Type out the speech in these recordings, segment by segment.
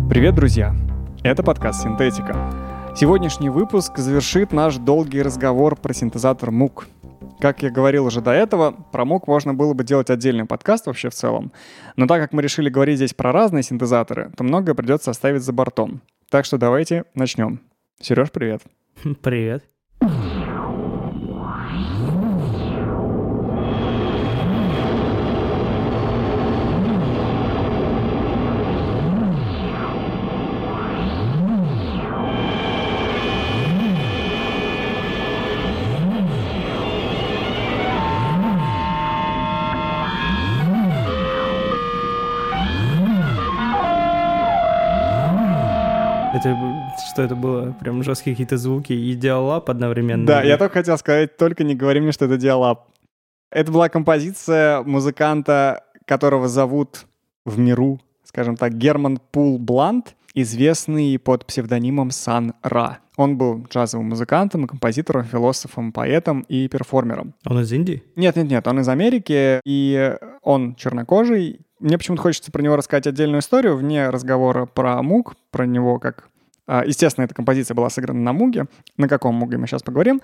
Привет, друзья! Это подкаст «Синтетика». Сегодняшний выпуск завершит наш долгий разговор про синтезатор Moog. Как я говорил уже до этого, про Moog можно было бы делать отдельный подкаст вообще в целом, но так как мы решили говорить здесь про разные синтезаторы, то многое придется оставить за бортом. Так что давайте начнем. Сереж, привет! Привет! Что это было? Прям жесткие какие-то звуки и диалаб одновременно? Да, я только хотел сказать, только не говори мне, что это диалаб. Это была композиция музыканта, которого зовут в миру, скажем так, Герман Пул Блант, известный под псевдонимом Сан Ра. Он был джазовым музыкантом, композитором, философом, поэтом и перформером. Он из Индии? Нет, он из Америки, и он чернокожий. Мне почему-то хочется про него рассказать отдельную историю, вне разговора про Moog, про него как... Естественно, эта композиция была сыграна на Муге. На каком Муге мы сейчас поговорим.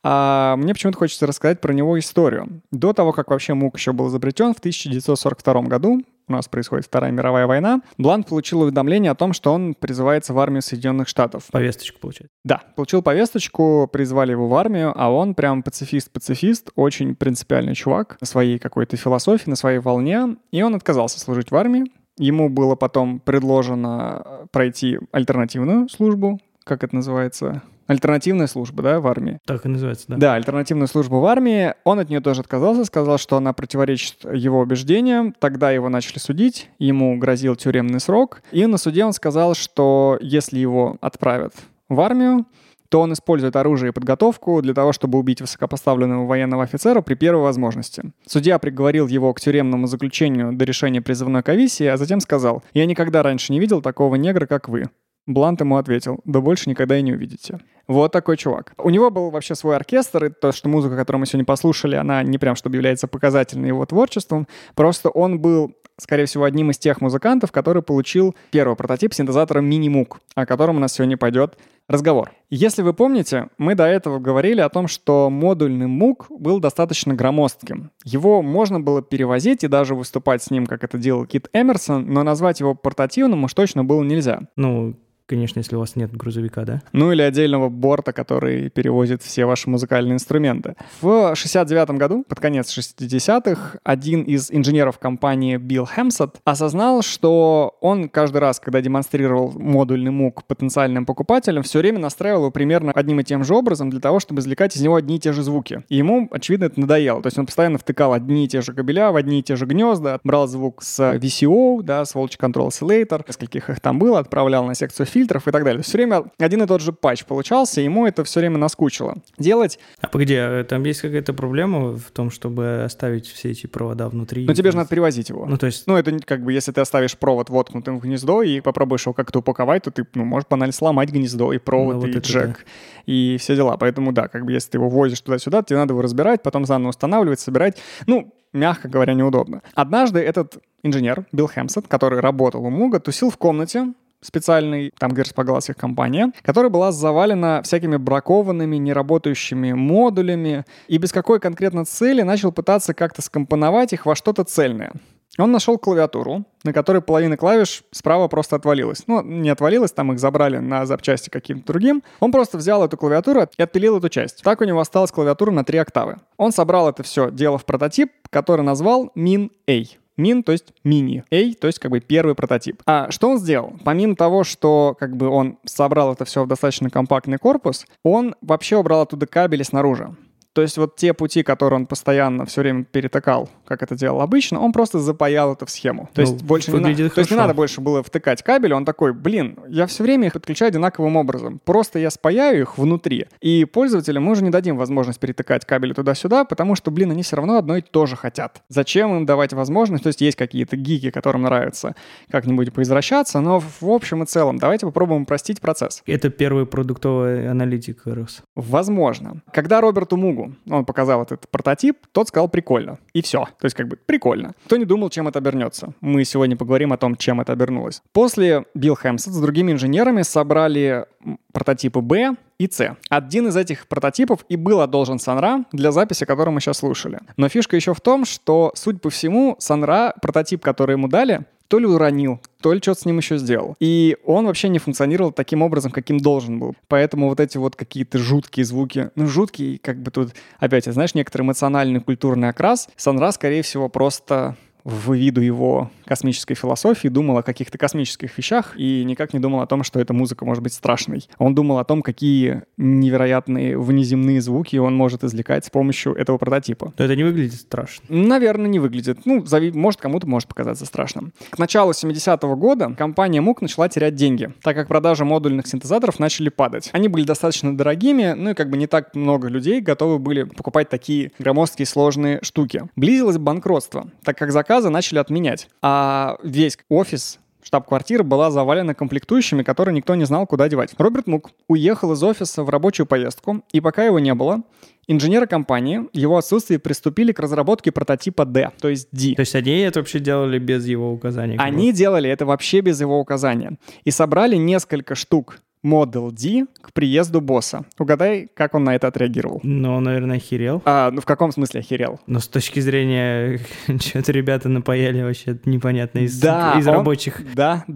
Мне почему-то хочется рассказать про него историю. До того, как вообще Moog еще был изобретен, в 1942 году, у нас происходит Вторая мировая война, Блант получил уведомление о том, что он призывается в армию Соединенных Штатов. Повесточку получает. Да, получил повесточку, призвали его в армию, а он прям пацифист, очень принципиальный чувак на своей какой-то философии, на своей волне, и он отказался служить в армии. Ему было потом предложено пройти альтернативную службу, как это называется? Альтернативная служба, да, в армии? Так и называется, да. Да, альтернативную службу в армии. Он от нее тоже отказался, сказал, что она противоречит его убеждениям. Тогда его начали судить, ему грозил тюремный срок. И на суде он сказал, что если его отправят в армию, то он использует оружие и подготовку для того, чтобы убить высокопоставленного военного офицера при первой возможности. Судья приговорил его к тюремному заключению до решения призывной комиссии, а затем сказал: «Я никогда раньше не видел такого негра, как вы». Блант ему ответил: «Да больше никогда и не увидите». Вот такой чувак. У него был вообще свой оркестр, и то, что музыка, которую мы сегодня послушали, она не прям чтобы является показательной его творчеством, просто он был, скорее всего, одним из тех музыкантов, который получил первый прототип синтезатора Mini Moog, о котором у нас сегодня пойдет разговор. Если вы помните, мы до этого говорили о том, что модульный Moog был достаточно громоздким. Его можно было перевозить и даже выступать с ним, как это делал Кит Эмерсон, но назвать его портативным уж точно было нельзя. Конечно, если у вас нет грузовика, да? Или отдельного борта, который перевозит все ваши музыкальные инструменты. В 1969 году, под конец 60-х, один из инженеров компании Билл Хэмсет осознал, что он каждый раз, когда демонстрировал модульный Moog потенциальным покупателям, все время настраивал его примерно одним и тем же образом для того, чтобы извлекать из него одни и те же звуки. И ему, очевидно, это надоело. То есть он постоянно втыкал одни и те же кабеля в одни и те же гнезда, брал звук с VCO, да, с Voltage Control Oscillator, нескольких их там было, отправлял на секцию фильтров и так далее. Все время один и тот же патч получался, и ему это все время наскучило делать. А погоди, там есть какая-то проблема в том, чтобы оставить все эти провода внутри? Тебе же надо перевозить его. Это как бы, если ты оставишь провод воткнутым в гнездо и попробуешь его как-то упаковать, то ты, можешь банально сломать гнездо и провод, и джек, и все дела. Поэтому, да, как бы, если ты его возишь туда-сюда, тебе надо его разбирать, потом заново устанавливать, собирать. Мягко говоря, неудобно. Однажды этот инженер, Билл Хэмсет, который работал у Муга, тусил в комнате специальной, там, где располагалась их компания, которая была завалена всякими бракованными, неработающими модулями, и без какой конкретно цели начал пытаться как-то скомпоновать их во что-то цельное. Он нашел клавиатуру, на которой половина клавиш справа просто отвалилась. Не отвалилась, там их забрали на запчасти каким-то другим. Он просто взял эту клавиатуру и отпилил эту часть. Так у него осталась клавиатура на 3 октавы. Он собрал это все дело в прототип, который назвал Min-A. Min, то есть мини, A, то есть как бы первый прототип. А что он сделал? Помимо того, что как бы он собрал это все в достаточно компактный корпус, он вообще убрал оттуда кабели снаружи. То есть вот те пути, которые он постоянно все время перетыкал, как это делал обычно, он просто запаял это в схему. То есть больше не надо больше было втыкать кабель. Он такой: я все время их подключаю одинаковым образом. Просто я спаяю их внутри. И пользователям мы уже не дадим возможность перетыкать кабели туда-сюда, потому что, они все равно одно и то же хотят. Зачем им давать возможность? То есть есть какие-то гики, которым нравится как-нибудь поизвращаться, но в общем и целом давайте попробуем упростить процесс. Это первый продуктовый аналитик рос. Возможно. Когда Роберту Мугу другу. Он показал этот прототип, тот сказал прикольно. И все. То есть как бы прикольно. Кто не думал, чем это обернется? Мы сегодня поговорим о том, чем это обернулось. После Билл Хэмстед с другими инженерами собрали прототипы Б и С. Один из этих прототипов и был одолжен Sun Ra для записи, которую мы сейчас слушали. Но фишка еще в том, что, судя по всему, Sun Ra, прототип, который ему дали, то ли уронил, то ли что-то с ним еще сделал. И он вообще не функционировал таким образом, каким должен был. Поэтому вот эти вот какие-то жуткие звуки, жуткие, как бы тут, опять, знаешь, некоторый эмоциональный культурный окрас, Sun Ra, скорее всего, просто в виду его космической философии думал о каких-то космических вещах и никак не думал о том, что эта музыка может быть страшной. Он думал о том, какие невероятные внеземные звуки он может извлекать с помощью этого прототипа. Но это не выглядит страшно. Наверное, не выглядит. Может, кому-то может показаться страшным. К началу 70-го года компания Moog начала терять деньги, так как продажи модульных синтезаторов начали падать. Они были достаточно дорогими, и как бы не так много людей готовы были покупать такие громоздкие сложные штуки. Близилось банкротство, так как заказы начали отменять. А весь офис, штаб-квартира была завалена комплектующими, которые никто не знал, куда девать. Роберт Мук уехал из офиса в рабочую поездку, и пока его не было, инженеры компании в его отсутствии приступили к разработке прототипа D, то есть D. То есть они это вообще делали без его указания? Они делали это вообще без его указания. И собрали несколько штук Model D к приезду босса. Угадай, как он на это отреагировал? Ну, наверное, охерел. В каком смысле охерел? Но с точки зрения, что-то ребята напаяли вообще непонятно из рабочих. Да.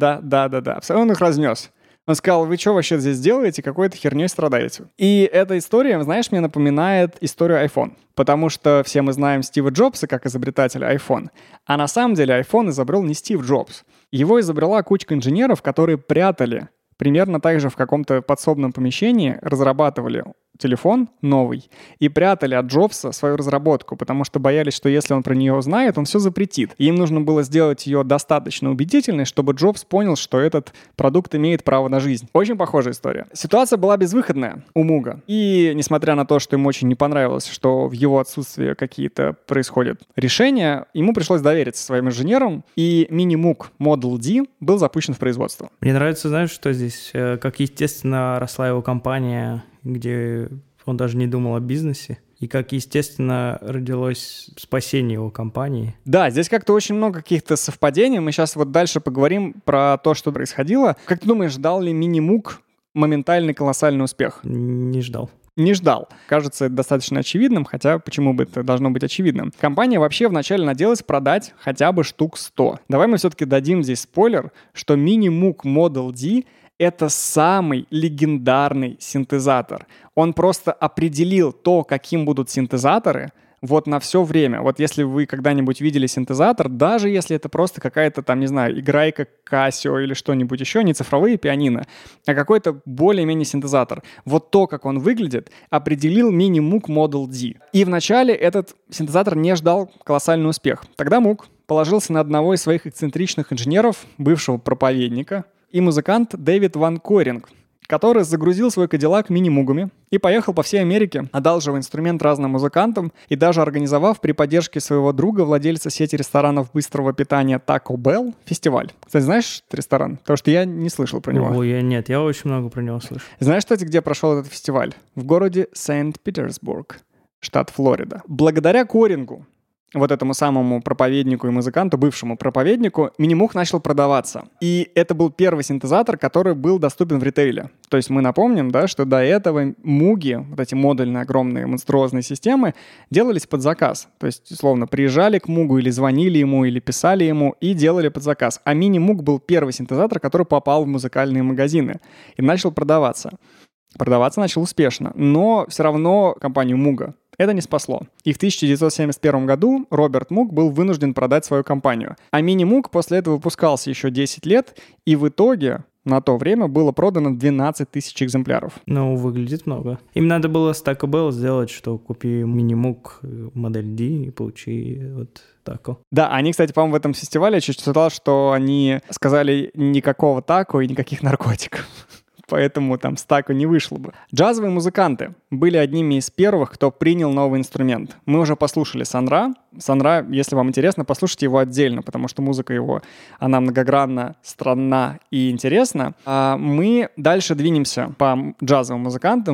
Он их разнес. Он сказал, вы что вообще здесь делаете, какой-то херней страдаете. И эта история, знаешь, мне напоминает историю iPhone. Потому что все мы знаем Стива Джобса как изобретателя iPhone. А на самом деле iPhone изобрел не Стив Джобс. Его изобрела кучка инженеров, которые прятали примерно так же в каком-то подсобном помещении, разрабатывали телефон новый и прятали от Джобса свою разработку, потому что боялись, что если он про нее узнает, он все запретит. И им нужно было сделать ее достаточно убедительной, чтобы Джобс понял, что этот продукт имеет право на жизнь. Очень похожая история. Ситуация была безвыходная у Муга. И несмотря на то, что ему очень не понравилось, что в его отсутствии какие-то происходят решения, ему пришлось довериться своим инженерам, и мини-Муг Model D был запущен в производство. Мне нравится, знаешь, что здесь? Как естественно росла его компания, где он даже не думал о бизнесе, и как, естественно, родилось спасение его компании. Да, здесь как-то очень много каких-то совпадений. Мы сейчас вот дальше поговорим про то, что происходило. Как ты думаешь, ждал ли мини-Муг моментальный колоссальный успех? Не ждал. Не ждал. Кажется, это достаточно очевидным, хотя почему бы это должно быть очевидным? Компания вообще вначале надеялась продать хотя бы штук 100. Давай мы все-таки дадим здесь спойлер, что мини-Муг Model D — это самый легендарный синтезатор. Он просто определил то, каким будут синтезаторы, вот на все время. Вот если вы когда-нибудь видели синтезатор, даже если это просто какая-то там, не знаю, играйка Casio или что-нибудь еще, не цифровые пианино, а какой-то более-менее синтезатор. Вот то, как он выглядит, определил мини-Moog Model D. И вначале этот синтезатор не ждал колоссальный успех. Тогда Moog положился на одного из своих эксцентричных инженеров, бывшего проповедника, и музыкант Дэвид Ван Коринг, который загрузил свой Кадиллак мини-мугами и поехал по всей Америке, отдал инструмент разным музыкантам и даже организовав при поддержке своего друга, владельца сети ресторанов быстрого питания Taco Bell, фестиваль. Кстати, знаешь этот ресторан? Потому что я не слышал про него. Нет, я очень много про него слышу. Знаешь, кстати, где прошел этот фестиваль? В городе Сент-Питерсбург, штат Флорида. Благодаря Корингу, вот этому самому проповеднику и музыканту, бывшему проповеднику, мини-Moog начал продаваться. И это был первый синтезатор, который был доступен в ритейле. То есть мы напомним, да, что до этого Муги, вот эти модульные огромные монструозные системы, делались под заказ. То есть, условно, приезжали к Мугу или звонили ему, или писали ему и делали под заказ. А мини-Moog был первый синтезатор, который попал в музыкальные магазины и начал продаваться. Продаваться начал успешно, но все равно компанию Муга это не спасло. И в 1971 году Роберт Муг был вынужден продать свою компанию. А мини-Moog после этого выпускался еще 10 лет, и в итоге на то время было продано 12 тысяч экземпляров. Ну, выглядит много. Им надо было с Taco Bell сделать, что купи мини-Moog модель D и получи вот тако. Да, они, кстати, по-моему, в этом фестивале я чуть читал, что они сказали никакого тако и никаких наркотиков. Поэтому там с тако не вышло бы. Джазовые музыканты были одними из первых, кто принял новый инструмент. Мы уже послушали Sun Ra. Sun Ra, если вам интересно, послушайте его отдельно, потому что музыка его, она многогранна, странна и интересна. А мы дальше двинемся по джазовым музыкантам.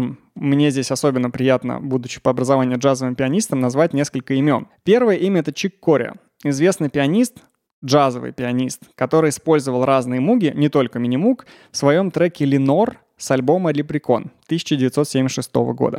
мне здесь особенно приятно, будучи по образованию джазовым пианистом, назвать несколько имен. Первое имя — это Чик Кориа, известный пианист, джазовый пианист, который использовал разные муги, не только мини-муг, в своем треке «Ленор» с альбома «Лепрекон» 1976 года.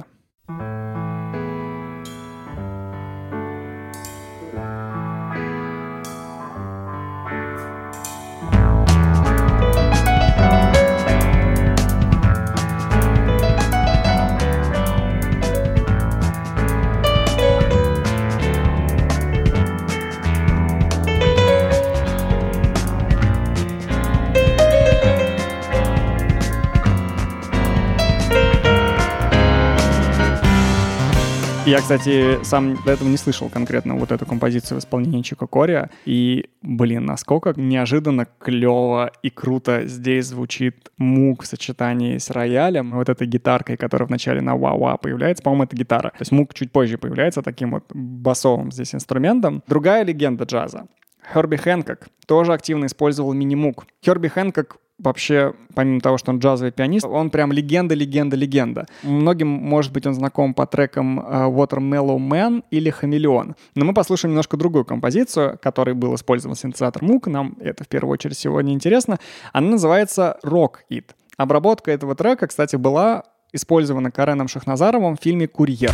Я, кстати, сам до этого не слышал конкретно вот эту композицию в исполнении Чика Кориа. И, насколько неожиданно клево и круто здесь звучит муг в сочетании с роялем. Вот этой гитаркой, которая вначале на ва-ва появляется. По-моему, это гитара. То есть муг чуть позже появляется таким вот басовым здесь инструментом. Другая легенда джаза. Херби Хэнкок тоже активно использовал мини-муг. Херби Хэнкок вообще, помимо того, что он джазовый пианист, он прям легенда. Многим, может быть, он знаком по трекам Watermelon Man или Хамелеон. Но мы послушаем немножко другую композицию, которой был использован синтезатор Moog. Нам это в первую очередь сегодня интересно. Она называется Rock It. Обработка этого трека, кстати, была использована Кареном Шахназаровым в фильме «Курьер».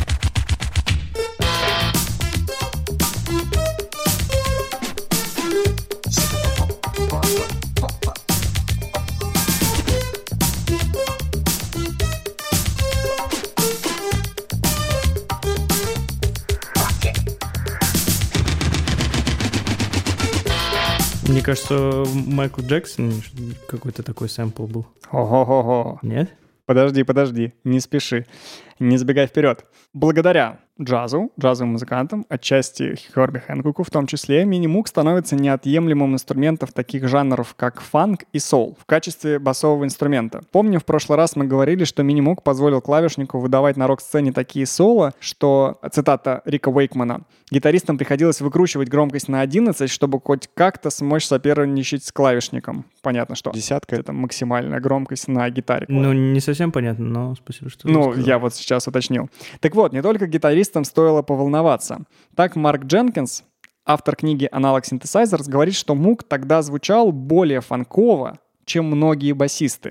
Мне кажется, Майкл Джексон какой-то такой сэмпл был. Ого-го-го. Нет? Подожди, не спеши, не забегай вперед. Благодаря джазу, джазовым музыкантам, отчасти Херби Хэнкоку в том числе, мини-муг становится неотъемлемым инструментом таких жанров, как фанк и соул, в качестве басового инструмента. Помню, в прошлый раз мы говорили, что мини-муг позволил клавишнику выдавать на рок-сцене такие соло, что, цитата Рика Уэйкмана, гитаристам приходилось выкручивать громкость на 11, чтобы хоть как-то смочь соперничать с клавишником. Понятно, что 10 — это максимальная громкость на гитаре. Ну, не совсем понятно, но спасибо, что сказал. Я вот сейчас уточнил. Так вот, не только гитаристам стоило поволноваться. Так Марк Дженкинс, автор книги «Analog Synthesizers», говорит, что муг тогда звучал более фанково, чем многие басисты.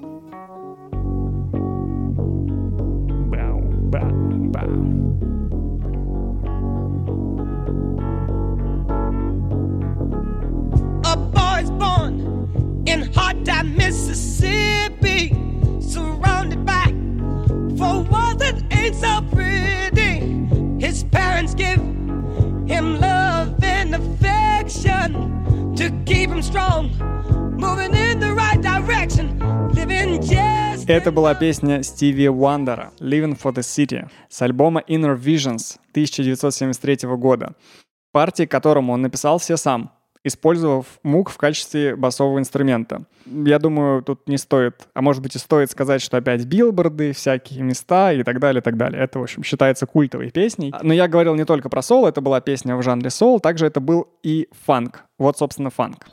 A boy's born in hard-time Mississippi, surrounded by four walls that ain't so pretty. His parents give him love and affection to keep him strong, moving in the right direction, living just... Это была песня Стиви Уандера «Living for the City» с альбома Inner Visions 1973 года, партии которому он написал все сам, использовав муг в качестве басового инструмента. Я думаю, тут не стоит, а может быть и стоит сказать, что опять билборды, всякие места и так далее, и так далее. Это, в общем, считается культовой песней. Но я говорил не только про соул, это была песня в жанре соул, также это был и фанк. Вот, собственно, фанк.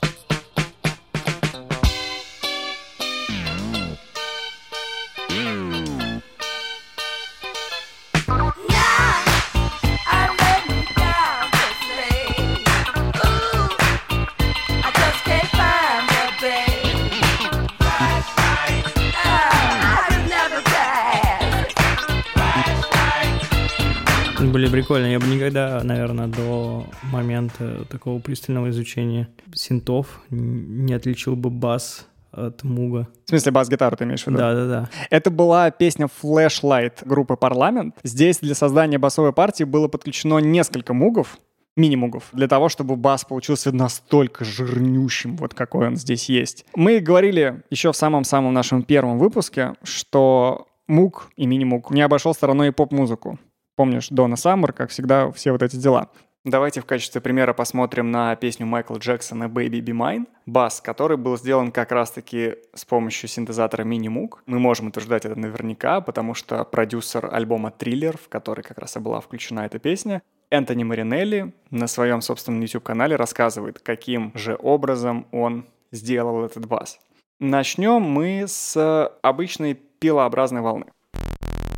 Были прикольно. Я бы никогда, наверное, до момента такого пристального изучения синтов не отличил бы бас от муга. В смысле, бас-гитару ты имеешь в виду? Да. Это была песня Flashlight группы Parliament. Здесь для создания басовой партии было подключено несколько мугов, мини-мугов, для того, чтобы бас получился настолько жирнющим, вот какой он здесь есть. Мы говорили еще в самом-самом нашем первом выпуске, что муг и мини-муг не обошел стороной и поп-музыку. Помнишь, Дона Саммер, как всегда, все вот эти дела. Давайте в качестве примера посмотрим на песню Майкла Джексона «Baby Be Mine», бас, который был сделан как раз-таки с помощью синтезатора мини-муг. Мы можем утверждать это наверняка, потому что продюсер альбома «Триллер», в который как раз и была включена эта песня, Энтони Маринелли на своем собственном YouTube-канале рассказывает, каким же образом он сделал этот бас. Начнем мы с обычной пилообразной волны.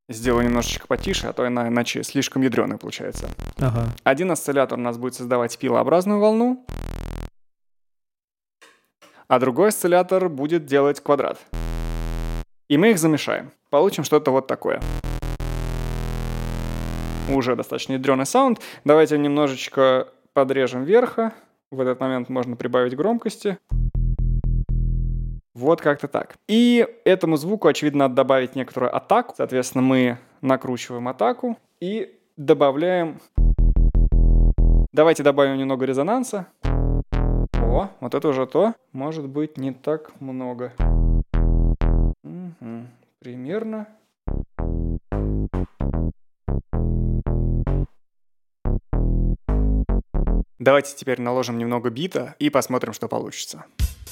Сделаю немножечко потише, а то иначе слишком ядреный получается. Ага. Один осциллятор у нас будет создавать пилообразную волну, а другой осциллятор будет делать квадрат. И мы их замешаем. Получим что-то вот такое. Уже достаточно ядреный саунд. Давайте немножечко подрежем верха. В этот момент можно прибавить громкости. Вот как-то так. И этому звуку, очевидно, надо добавить некоторую атаку. Соответственно, мы накручиваем атаку и добавляем... Давайте добавим немного резонанса. О, вот это уже то. Может быть, не так много. Угу. Примерно. Давайте теперь наложим немного бита и посмотрим, что получится.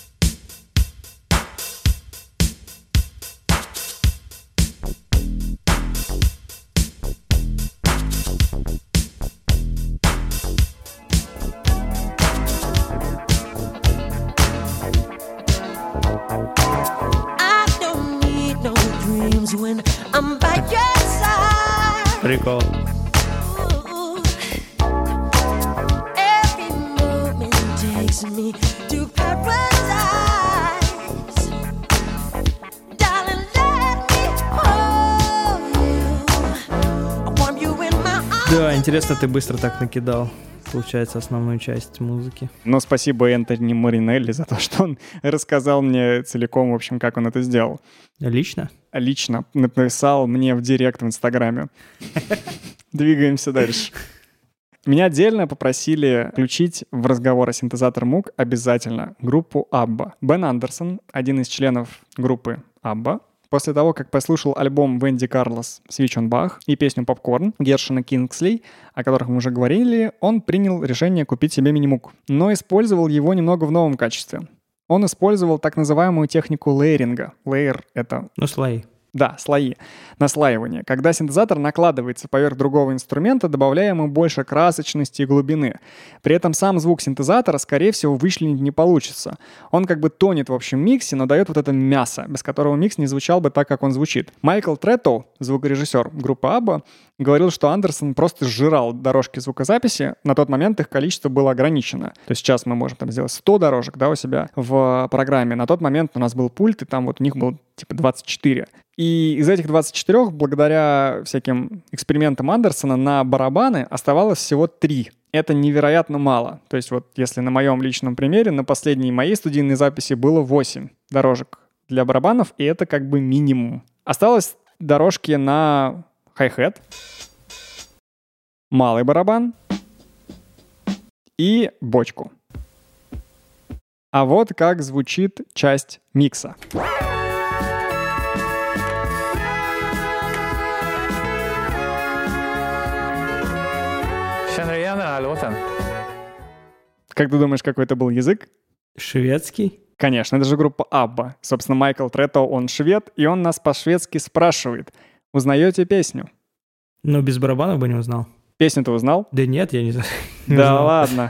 Прикол. Да, интересно, ты быстро так накидал, получается, основную часть музыки. Но спасибо Энтони Маринелли за то, что он рассказал мне целиком, в общем, как он это сделал. Лично? Лично. Написал мне в директ в Инстаграме. Двигаемся дальше. Меня отдельно попросили включить в разговор о синтезаторе Moog обязательно группу ABBA. Бен Андерсон, один из членов группы ABBA, после того, как послушал альбом Венди Карлос «Switch on Bach» и песню «Popcorn» Гершвина Кингсли, о которых мы уже говорили, он принял решение купить себе мини-Moog, но использовал его немного в новом качестве. Он использовал так называемую технику лейеринга. Лейер — это... слои. Да, слои. Наслаивание. Когда синтезатор накладывается поверх другого инструмента, добавляя ему больше красочности и глубины. При этом сам звук синтезатора, скорее всего, вычленить не получится. Он как бы тонет в общем миксе, но дает вот это мясо, без которого микс не звучал бы так, как он звучит. Майкл Третоу, звукорежиссер группы ABBA, говорил, что Андерсон просто сжирал дорожки звукозаписи. На тот момент их количество было ограничено. То есть сейчас мы можем там сделать 100 дорожек, да, у себя в программе. На тот момент у нас был пульт, и там вот у них было типа 24. И из этих 24, благодаря всяким экспериментам Андерсона, на барабаны оставалось всего 3. Это невероятно мало. То есть вот если на моем личном примере, на последней моей студийной записи было 8 дорожек для барабанов, и это как бы минимум. Осталось дорожки на хай-хэт, малый барабан и бочку. А вот как звучит часть микса. Как ты думаешь, какой это был язык? Шведский? Конечно, это же группа ABBA. Собственно, Майкл Третоу, он швед, и он нас по-шведски спрашивает: узнаете песню? Ну, без барабанов бы не узнал. Песню ты узнал? Да нет, я не знаю. Да ладно.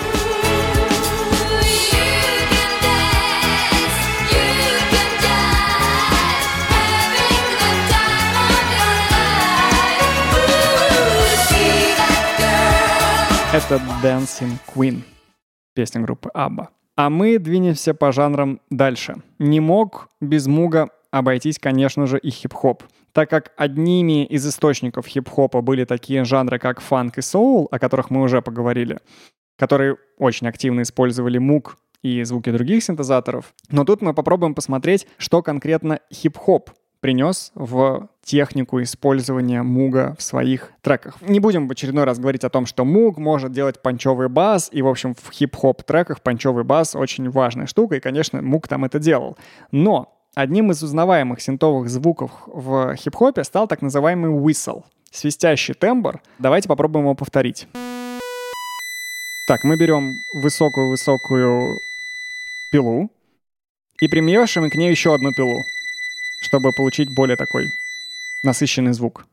Это Dancing Queen, песня группы ABBA. А мы двинемся по жанрам дальше. Не мог без Муга обойтись, конечно же, и хип-хоп. Так как одними из источников хип-хопа были такие жанры, как фанк и соул, о которых мы уже поговорили, которые очень активно использовали Moog и звуки других синтезаторов. Но тут мы попробуем посмотреть, что конкретно хип-хоп принес в технику использования Муга в своих треках. Не будем в очередной раз говорить о том, что Moog может делать панчевый бас, и, в общем, в хип-хоп треках панчевый бас очень важная штука, и, конечно, Moog там это делал. Но одним из узнаваемых синтовых звуков в хип-хопе стал так называемый whistle, свистящий тембр. Давайте попробуем его повторить. Так, мы берем высокую-высокую пилу и примешиваем к ней еще одну пилу, чтобы получить более такой насыщенный звук.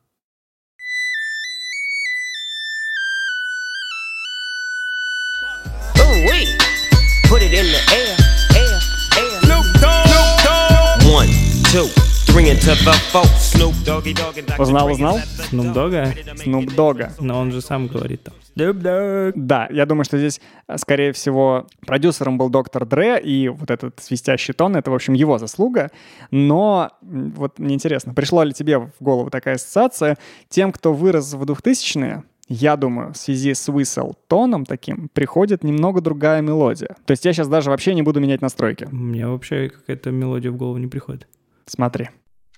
Узнал? Snoop Dogg? Snoop Dogg. Но он же сам говорит там. Snoop Dogg. Да, я думаю, что здесь, скорее всего, продюсером был доктор Дре, и вот этот свистящий тон — это, в общем, его заслуга. Но вот мне интересно, пришла ли тебе в голову такая ассоциация? Тем, кто вырос в 2000-е, я думаю, в связи с whistle-тоном таким приходит немного другая мелодия. То есть я сейчас даже вообще не буду менять настройки. Мне вообще какая-то мелодия в голову не приходит. Смотри.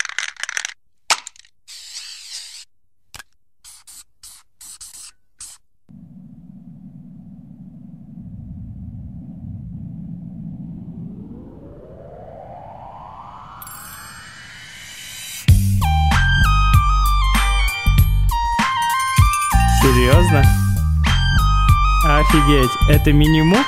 Серьезно? Офигеть, это мини-мук?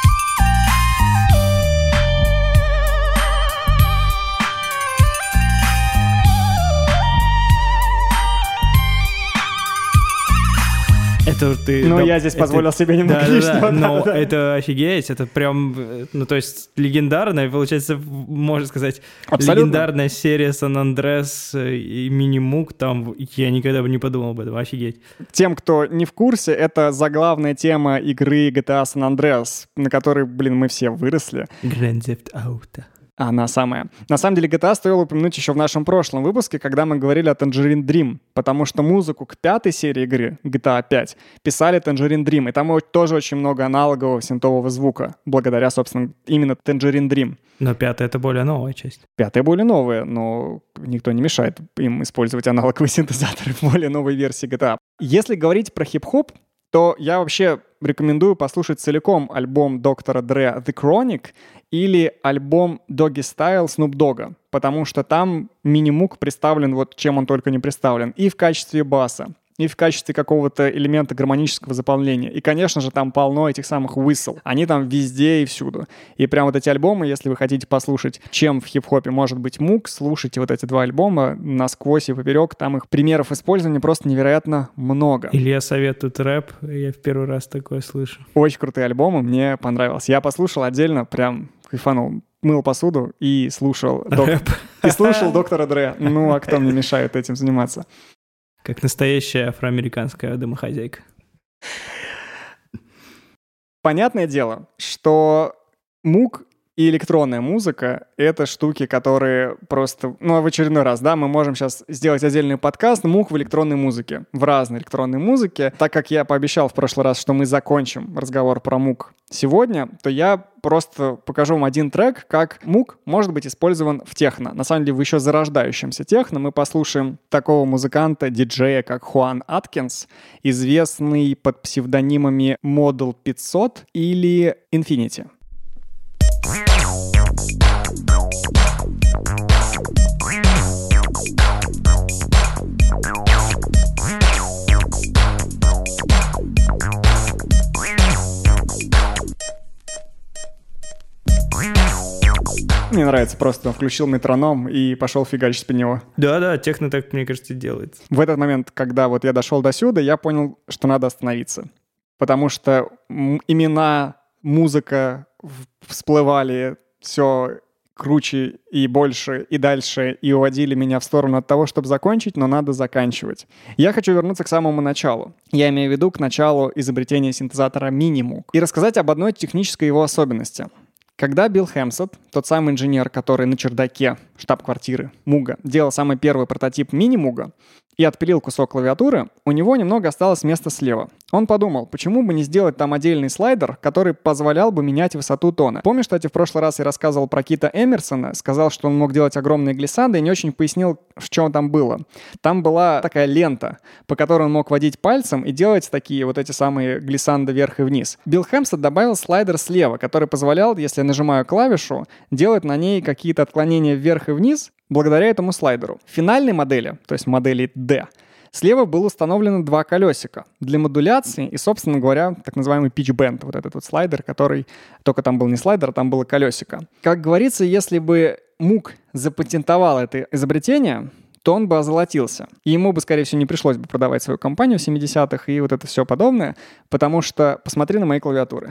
Это ты... Ну, я здесь позволил себе немного лишнего. Но это офигеть, это прям, ну, то есть легендарная, получается, можно сказать, легендарная серия Сан-Андреас и Мини-Мук, там, я никогда бы не подумал об этом, офигеть. Тем, кто не в курсе, это заглавная тема игры GTA San Andreas, на которой, мы все выросли. Grand Theft Auto. Она самая. На самом деле GTA стоило упомянуть еще в нашем прошлом выпуске, когда мы говорили о Tangerine Dream, потому что музыку к 5-й серии игры, GTA 5, писали Tangerine Dream, и там тоже очень много аналогового синтового звука, благодаря, собственно, именно Tangerine Dream. Но 5-я — это более новая часть. 5-я более новая, но никто не мешает им использовать аналоговые синтезаторы в более новой версии GTA. Если говорить про хип-хоп, то я вообще рекомендую послушать целиком альбом доктора Дре The Chronic или альбом Doggy Style Snoop Dogg, потому что там Мини-Мук представлен вот чем он только не представлен, и в качестве баса, и в качестве какого-то элемента гармонического заполнения. И, конечно же, там полно этих самых whistle. Они там везде и всюду. И прям вот эти альбомы, если вы хотите послушать, чем в хип-хопе может быть мук, слушайте вот эти два альбома насквозь и поперек. Там их примеров использования просто невероятно много. Илья советует рэп, я в первый раз такое слышу. Очень крутые альбомы, мне понравилось. Я послушал отдельно, прям кайфанул. Мыл посуду и слушал доктора Дре. Ну, а кто мне мешает этим заниматься? Как настоящая афроамериканская домохозяйка. Понятное дело, что мук и электронная музыка — это штуки, которые просто... Ну, в очередной раз, да, мы можем сейчас сделать отдельный подкаст «Мук в электронной музыке», в разной электронной музыке. Так как я пообещал в прошлый раз, что мы закончим разговор про мук сегодня, то я просто покажу вам один трек, как мук может быть использован в техно. На самом деле, в еще зарождающемся техно мы послушаем такого музыканта, диджея, как Хуан Аткинс, известный под псевдонимами Model 500 или Infinity. Мне нравится, просто он включил метроном и пошел фигачить под него. Да-да, техно так, мне кажется, делается. В этот момент, когда вот я дошел до сюда, я понял, что надо остановиться. Потому что имена, музыка всплывали все круче и больше, и дальше, и уводили меня в сторону от того, чтобы закончить, но надо заканчивать. Я хочу вернуться к самому началу. Я имею в виду к началу изобретения синтезатора Mini-Moog и рассказать об одной технической его особенности. Когда Билл Хэмсет, тот самый инженер, который на чердаке штаб-квартиры Муга, делал самый первый прототип мини-Муга и отпилил кусок клавиатуры, у него немного осталось места слева. Он подумал, почему бы не сделать там отдельный слайдер, который позволял бы менять высоту тона. Помнишь, кстати, в прошлый раз я рассказывал про Кита Эмерсона, сказал, что он мог делать огромные глиссанды и не очень пояснил, в чем там было. Там была такая лента, по которой он мог водить пальцем и делать такие вот эти самые глиссанды вверх и вниз. Билл Хэмсет добавил слайдер слева, который позволял, если я нажимаю клавишу, делать на ней какие-то отклонения вверх и вниз благодаря этому слайдеру. В финальной модели, то есть модели D, слева было установлено два колесика для модуляции и, собственно говоря, так называемый pitch bend, вот этот вот слайдер, который только там был не слайдер, а там было колесико. Как говорится, если бы Мук запатентовал это изобретение, то он бы озолотился. И ему бы, скорее всего, не пришлось бы продавать свою компанию в 70-х и вот это все подобное, потому что посмотри на мои клавиатуры.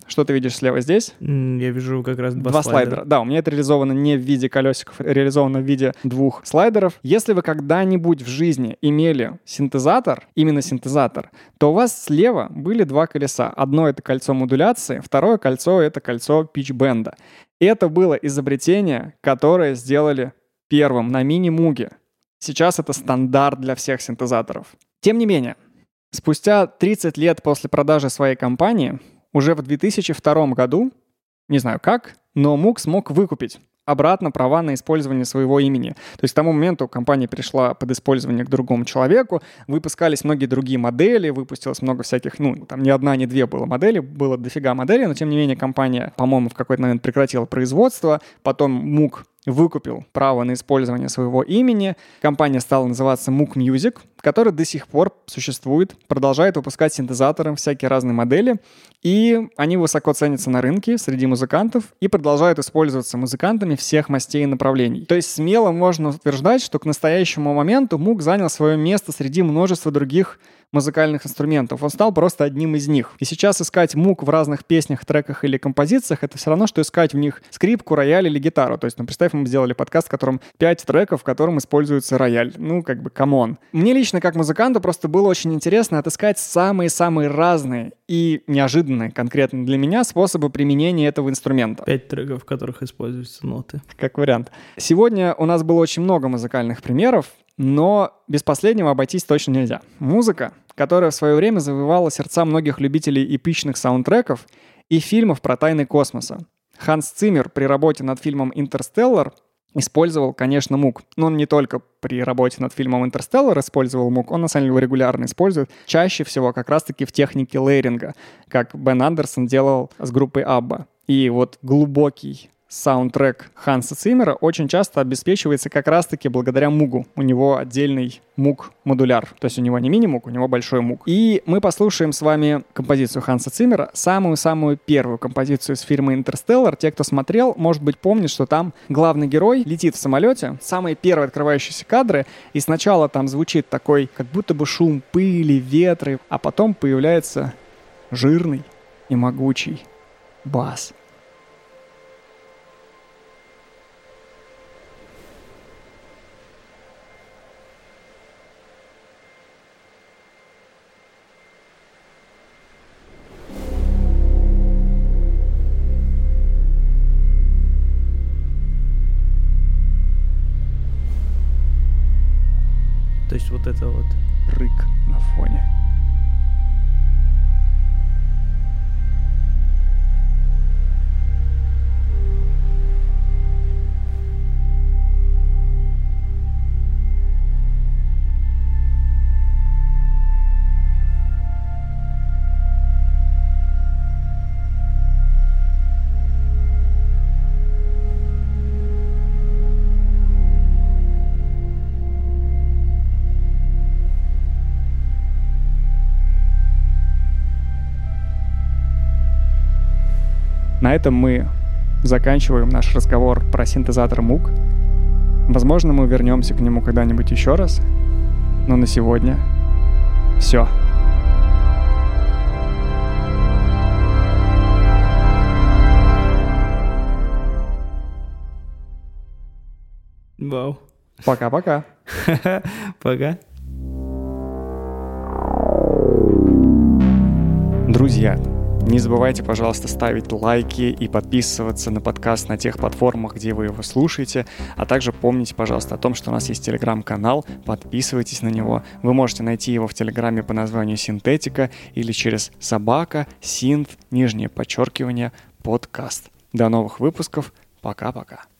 Что ты видишь слева здесь? Я вижу как раз два слайдера. Да, у меня это реализовано не в виде колесиков, реализовано в виде 2 слайдеров. Если вы когда-нибудь в жизни имели синтезатор, именно синтезатор, то у вас слева были 2 колеса. Одно — это кольцо модуляции, второе кольцо — это кольцо питч-бенда. И это было изобретение, которое сделали первым на мини-муге. Сейчас это стандарт для всех синтезаторов. Тем не менее, спустя 30 лет после продажи своей компании, уже в 2002 году, не знаю как, но Moog смог выкупить обратно права на использование своего имени. То есть к тому моменту компания перешла под использование к другому человеку, выпускались многие другие модели, выпустилось много всяких, там не одна, не 2 было модели, было дофига моделей, но тем не менее компания, по-моему, в какой-то момент прекратила производство, потом Moog выкупил право на использование своего имени. Компания стала называться Moog Music, которая до сих пор существует, продолжает выпускать синтезаторы, всякие разные модели, и они высоко ценятся на рынке среди музыкантов и продолжают использоваться музыкантами всех мастей и направлений. То есть смело можно утверждать, что к настоящему моменту Moog занял свое место среди множества других музыкальных инструментов. Он стал просто одним из них. И сейчас искать Moog в разных песнях, треках или композициях — это все равно, что искать в них скрипку, рояль или гитару. То есть, представь, мы сделали подкаст, в котором 5 треков, в котором используется рояль. Камон. Мне лично, как музыканту, просто было очень интересно отыскать самые-самые разные и неожиданные, конкретно для меня, способы применения этого инструмента. 5 треков, в которых используются ноты. Как вариант. Сегодня у нас было очень много музыкальных примеров, но без последнего обойтись точно нельзя. Музыка, которая в свое время завоевала сердца многих любителей эпичных саундтреков и фильмов про тайны космоса. Ханс Циммер при работе над фильмом «Интерстеллар» использовал, конечно, Moog. Но он не только при работе над фильмом «Интерстеллар» использовал Moog, он на самом деле его регулярно использует, чаще всего как раз-таки в технике лейеринга, как Бен Андерсон делал с группой Абба. И вот глубокий саундтрек Ханса Циммера очень часто обеспечивается как раз-таки благодаря Moog. У него отдельный Moog-модуляр. То есть у него не мини-Moog, у него большой Moog. И мы послушаем с вами композицию Ханса Циммера, самую-самую первую композицию с фильма «Интерстеллар». Те, кто смотрел, может быть, помнят, что там главный герой летит в самолете, самые первые открывающиеся кадры, и сначала там звучит такой, как будто бы шум пыли, ветра, а потом появляется жирный и могучий бас. То есть вот это вот рык на фоне. На этом мы заканчиваем наш разговор про синтезатор Moog. Возможно, мы вернемся к нему когда-нибудь еще раз, но на сегодня все. Вау. Пока-пока. Пока. Друзья, не забывайте, пожалуйста, ставить лайки и подписываться на подкаст на тех платформах, где вы его слушаете. А также помните, пожалуйста, о том, что у нас есть телеграм-канал. Подписывайтесь на него. Вы можете найти его в телеграме по названию Синтетика или через @синт__подкаст. До новых выпусков. Пока-пока.